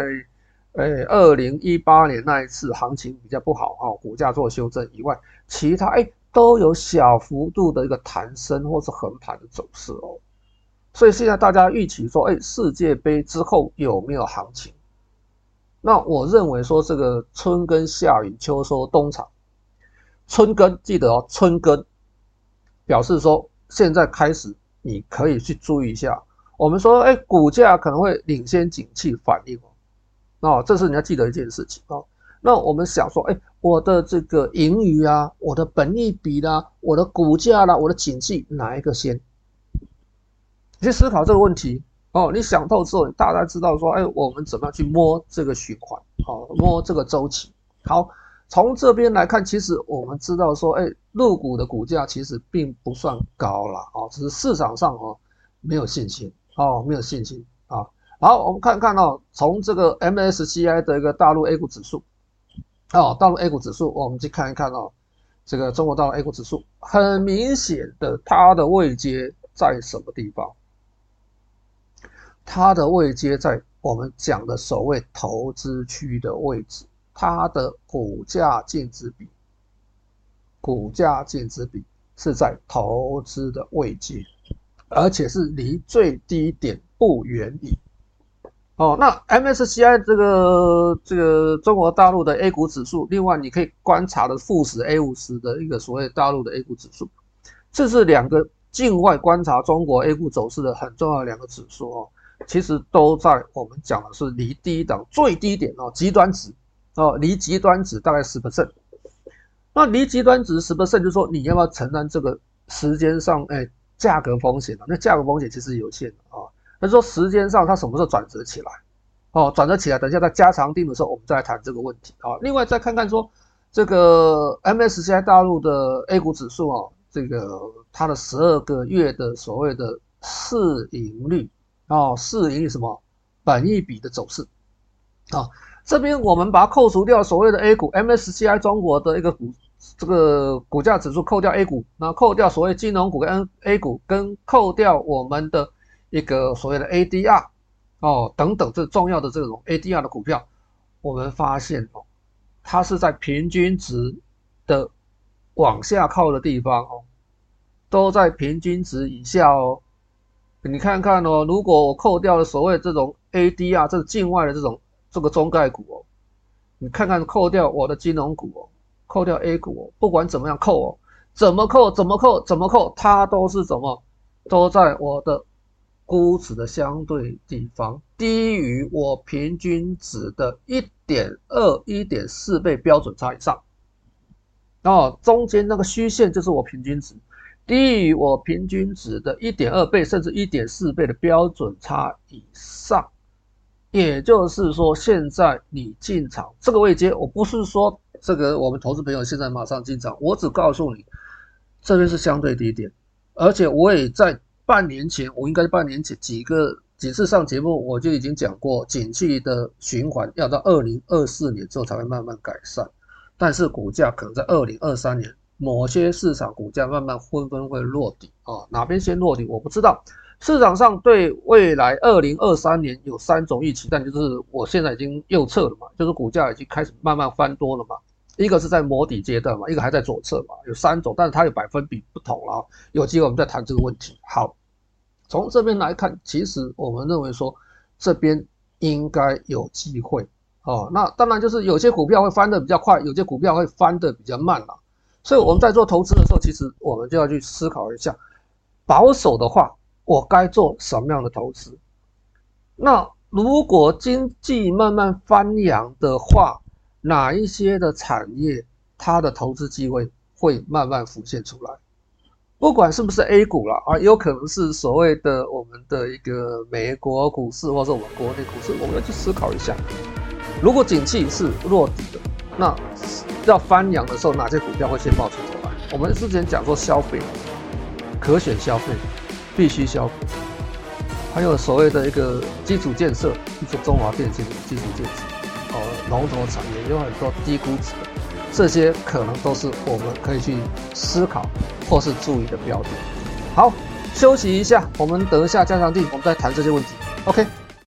2018年那一次行情比较不好哦，股价做修正以外，其他都有小幅度的一个弹升或是横盘的走势哦。所以现在大家预期说，世界杯之后有没有行情？那我认为说这个春耕夏耘秋收冬藏。春耕记得哦，春耕表示说现在开始你可以去注意一下我们说，股价可能会领先景气反应哦，这是你要记得一件事情哦。那我们想说，我的这个盈余啊，我的本益比啦，我的股价啦，我的景气哪一个先？你去思考这个问题哦。你想透之后，你大概知道说，我们怎么样去摸这个循环，摸这个周期。好，从这边来看，其实我们知道说，陆股的股价其实并不算高啦，只是市场上没有信心没有信心啊。好，我们看看从这个 MSCI 的一个大陆 A 股指数。大陆 A 股指数，我们去看一看这个中国大陆 A 股指数，很明显的它的位阶在什么地方？它的位阶在我们讲的所谓投资区的位置，它的股价净值比是在投资的位阶，而且是离最低点不远矣。那 MSCI 这个中国大陆的 A 股指数，另外你可以观察的富时 A50 的一个所谓大陆的 A 股指数，这是两个境外观察中国 A 股走势的很重要的两个指数其实都在我们讲的是离第一档最低点极端值离极端值大概 10%。那离极端值 10% 就是说你要不要承担这个时间上价格风险那价格风险其实有限的那说时间上它什么时候转折起来转折起来，等一下在加长定的时候我们再来谈这个问题另外再看看说这个 MSCI 大陆的 A 股指数这个它的12个月的所谓的市盈率市盈率什么本益比的走势这边我们把它扣除掉所谓的 A 股 MSCI 中国的一个这个股价指数，扣掉 A 股，那扣掉所谓金融股跟 A 股，跟扣掉我们的一个所谓的 ADR 等等这重要的这种 ADR 的股票，我们发现它是在平均值的往下靠的地方都在平均值以下你看看如果我扣掉了所谓这种 ADR 这境外的这个中概股你看看扣掉我的金融股扣掉 A 股不管怎么样扣怎么扣它都是都在我的估值的相对地方低于我平均值的 1.2、1.4 倍标准差以上中间那个虚线就是我平均值，低于我平均值的 1.2 倍甚至 1.4 倍的标准差以上。也就是说现在你进场这个位阶，我不是说这个我们投资朋友现在马上进场，我只告诉你这边是相对低点，而且我也在半年前几次上节目我就已经讲过，景气的循环要到2024年之后才会慢慢改善，但是股价可能在2023年某些市场股价慢慢纷纷会落底哪边先落底我不知道。市场上对未来2023年有3种预期，但就是我现在已经右侧了嘛，就是股价已经开始慢慢翻多了嘛，一个是在摸底阶段嘛，一个还在左侧嘛，有3种，但是它有百分比不同啦有机会我们再谈这个问题。好，从这边来看，其实我们认为说这边应该有机会那当然就是有些股票会翻得比较快，有些股票会翻得比较慢啦，所以我们在做投资的时候，其实我们就要去思考一下，保守的话我该做什么样的投资？那如果经济慢慢翻扬的话，哪一些的产业它的投资机会会慢慢浮现出来？不管是不是 A 股啦有可能是所谓的我们的一个美国股市或者我们国内股市，我们要去思考一下，如果景气是落底的，那要翻扬的时候哪些股票会先冒出头来？我们之前讲说消费可选消费必须消费，还有所谓的一个基础建设，比如说中华电信的基础建设龙头产业有很多低估值的，这些可能都是我们可以去思考或是注意的标的。好，休息一下，我们等一下加强定，我们再谈这些问题。OK。